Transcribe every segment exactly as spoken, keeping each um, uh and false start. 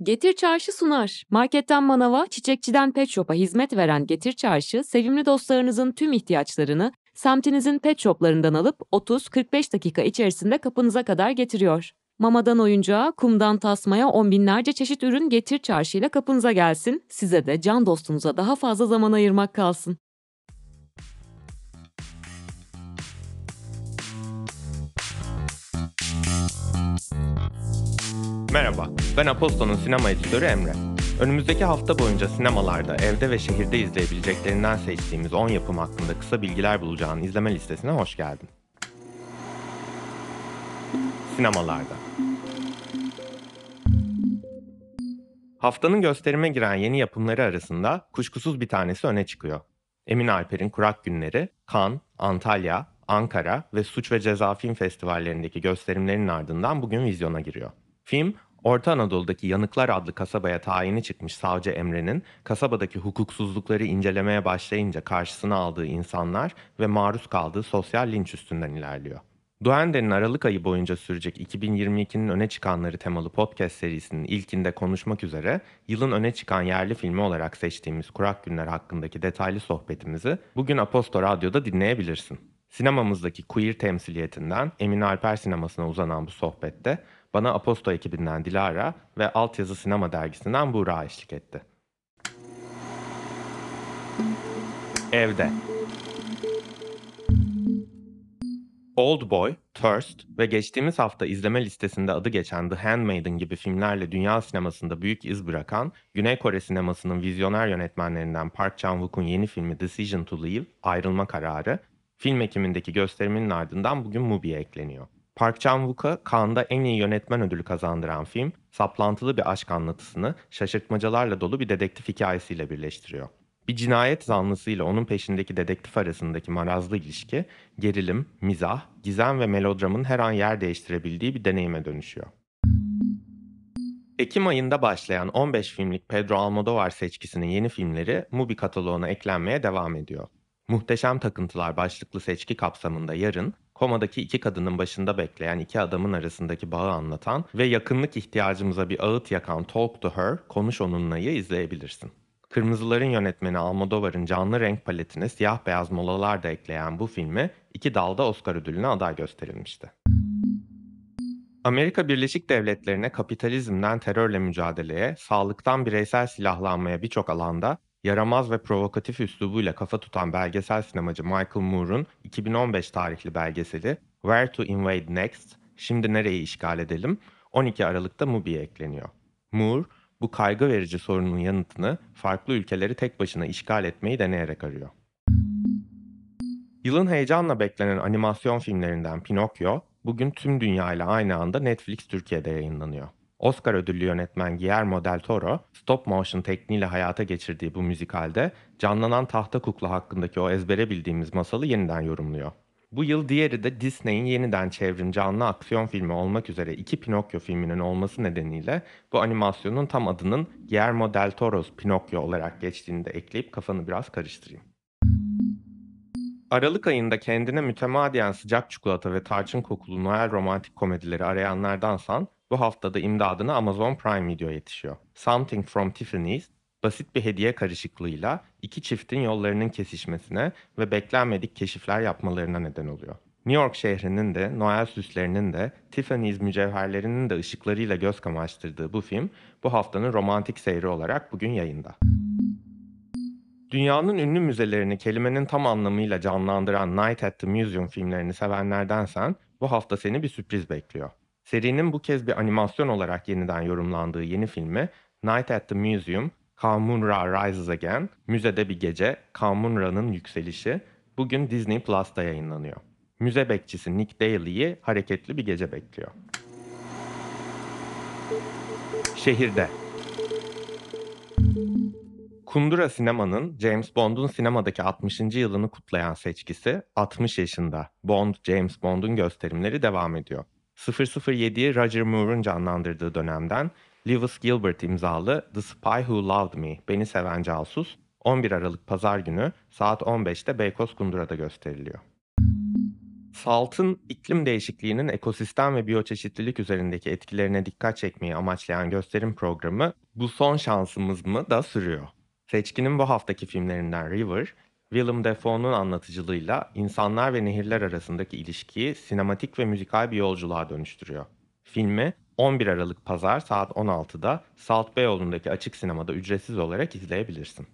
Getir Çarşı sunar. Marketten manava, çiçekçiden pet shop'a hizmet veren Getir Çarşı, sevimli dostlarınızın tüm ihtiyaçlarını semtinizin pet shop'larından alıp otuz kırk beş dakika içerisinde kapınıza kadar getiriyor. Mamadan oyuncağa, kumdan tasmaya on binlerce çeşit ürün Getir Çarşı ile kapınıza gelsin, size de can dostunuza daha fazla zaman ayırmak kalsın. Merhaba, ben Aposto'nun sinema editörü Emre. Önümüzdeki hafta boyunca sinemalarda, evde ve şehirde izleyebileceklerinden seçtiğimiz on yapım hakkında kısa bilgiler bulacağın izleme listesine hoş geldin. Sinemalarda. Haftanın gösterime giren yeni yapımları arasında kuşkusuz bir tanesi öne çıkıyor. Emin Alper'in Kurak Günleri, Cannes, Antalya, Ankara ve Suç ve Ceza Film Festivallerindeki gösterimlerinin ardından bugün vizyona giriyor. Film, Orta Anadolu'daki Yanıklar adlı kasabaya tayini çıkmış savcı Emre'nin kasabadaki hukuksuzlukları incelemeye başlayınca karşısına aldığı insanlar ve maruz kaldığı sosyal linç üstünden ilerliyor. Duende'nin Aralık ayı boyunca sürecek iki bin yirmi ikinin öne çıkanları temalı podcast serisinin ilkinde konuşmak üzere yılın öne çıkan yerli filmi olarak seçtiğimiz Kurak Günler hakkındaki detaylı sohbetimizi bugün Aposto Radyo'da dinleyebilirsin. Sinemamızdaki queer temsiliyetinden Emin Alper sinemasına uzanan bu sohbette bana Aposto ekibinden Dilara ve Altyazı Sinema dergisinden Buğra eşlik etti. Evde. Oldboy, Thirst ve geçtiğimiz hafta izleme listesinde adı geçen The Handmaiden gibi filmlerle dünya sinemasında büyük iz bırakan Güney Kore sinemasının vizyoner yönetmenlerinden Park Chan-wook'un yeni filmi Decision to Leave, Ayrılma Kararı, film ekimindeki gösteriminin ardından bugün Mubi'ye ekleniyor. Park Chan-wook'a Cannes'da en iyi yönetmen ödülü kazandıran film, saplantılı bir aşk anlatısını şaşırtmacalarla dolu bir dedektif hikayesiyle birleştiriyor. Bir cinayet zanlısıyla onun peşindeki dedektif arasındaki marazlı ilişki, gerilim, mizah, gizem ve melodramın her an yer değiştirebildiği bir deneyime dönüşüyor. Ekim ayında başlayan on beş filmlik Pedro Almodovar seçkisinin yeni filmleri Mubi kataloğuna eklenmeye devam ediyor. Muhteşem Takıntılar başlıklı seçki kapsamında yarın, komadaki iki kadının başında bekleyen iki adamın arasındaki bağı anlatan ve yakınlık ihtiyacımıza bir ağıt yakan Talk to Her, Konuş Onunla'yı izleyebilirsin. Kırmızıların yönetmeni Almodovar'ın canlı renk paletine siyah beyaz molalar da ekleyen bu filmi iki dalda Oscar ödülüne aday gösterilmişti. Amerika Birleşik Devletleri'ne kapitalizmden terörle mücadeleye, sağlıktan bireysel silahlanmaya birçok alanda yaramaz ve provokatif üslubuyla kafa tutan belgesel sinemacı Michael Moore'un iki bin on beş tarihli belgeseli Where to Invade Next, Şimdi Nereyi İşgal Edelim, on iki Aralık'ta Mubi'ye ekleniyor. Moore, bu kaygı verici sorunun yanıtını farklı ülkeleri tek başına işgal etmeyi deneyerek arıyor. Yılın heyecanla beklenen animasyon filmlerinden Pinokyo, bugün tüm dünyayla aynı anda Netflix Türkiye'de yayınlanıyor. Oscar ödüllü yönetmen Guillermo del Toro, stop motion tekniğiyle hayata geçirdiği bu müzikalde canlanan tahta kukla hakkındaki o ezbere bildiğimiz masalı yeniden yorumluyor. Bu yıl diğeri de Disney'in yeniden çevrim canlı aksiyon filmi olmak üzere iki Pinokyo filminin olması nedeniyle bu animasyonun tam adının Guillermo del Toro's Pinokyo olarak geçtiğini de ekleyip kafanı biraz karıştırayım. Aralık ayında kendine mütemadiyen sıcak çikolata ve tarçın kokulu Noel romantik komedileri arayanlardansan bu haftada imdadına Amazon Prime Video yetişiyor. Something from Tiffany's, basit bir hediye karışıklığıyla iki çiftin yollarının kesişmesine ve beklenmedik keşifler yapmalarına neden oluyor. New York şehrinin de, Noel süslerinin de, Tiffany's mücevherlerinin de ışıklarıyla göz kamaştırdığı bu film, bu haftanın romantik seyri olarak bugün yayında. Dünyanın ünlü müzelerini kelimenin tam anlamıyla canlandıran Night at the Museum filmlerini sevenlerdensen bu hafta seni bir sürpriz bekliyor. Serinin bu kez bir animasyon olarak yeniden yorumlandığı yeni filmi Night at the Museum, Khamun-Ra Rises Again, Müzede Bir Gece, Khamun-Ra'nın Yükselişi bugün Disney Plus'ta yayınlanıyor. Müze bekçisi Nick Daly'yi hareketli bir gece bekliyor. Şehirde. Kundura Sinema'nın James Bond'un sinemadaki altmışıncı yılını kutlayan seçkisi altmış yaşında Bond James Bond'un gösterimleri devam ediyor. sıfır sıfır yediyi Roger Moore'un canlandırdığı dönemden Lewis Gilbert imzalı The Spy Who Loved Me, Beni Seven Casus, on bir Aralık Pazar günü saat on beşte Beykoz Kundura'da gösteriliyor. Salt'ın iklim değişikliğinin ekosistem ve biyoçeşitlilik üzerindeki etkilerine dikkat çekmeyi amaçlayan gösterim programı Bu Son Şansımız mı da sürüyor. Seçkinin bu haftaki filmlerinden River, Willem Dafoe'nun anlatıcılığıyla insanlar ve nehirler arasındaki ilişkiyi sinematik ve müzikal bir yolculuğa dönüştürüyor. Filmi on bir Aralık Pazar saat on altıda Salt Beyoğlu'ndaki açık sinemada ücretsiz olarak izleyebilirsin.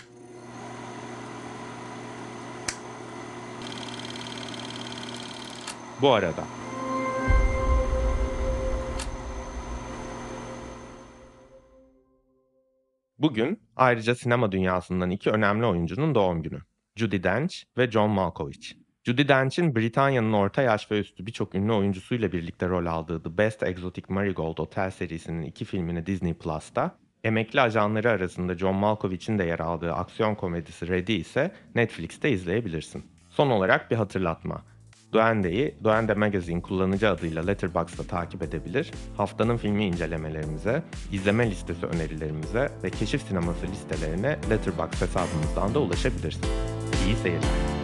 Bu arada bugün ayrıca sinema dünyasından iki önemli oyuncunun doğum günü. Judi Dench ve John Malkovich. Judi Dench'in Britanya'nın orta yaş ve üstü birçok ünlü oyuncusuyla birlikte rol aldığı The Best Exotic Marigold Hotel serisinin iki filmini Disney Plus'ta, emekli ajanları arasında John Malkovich'in de yer aldığı aksiyon komedisi Ready ise Netflix'te izleyebilirsin. Son olarak bir hatırlatma. Duende'yi Duende Magazine kullanıcı adıyla Letterboxd'da takip edebilir, haftanın filmi incelemelerimize, izleme listesi önerilerimize ve keşif sineması listelerine Letterboxd hesabımızdan da ulaşabilirsin. İyi seyirler.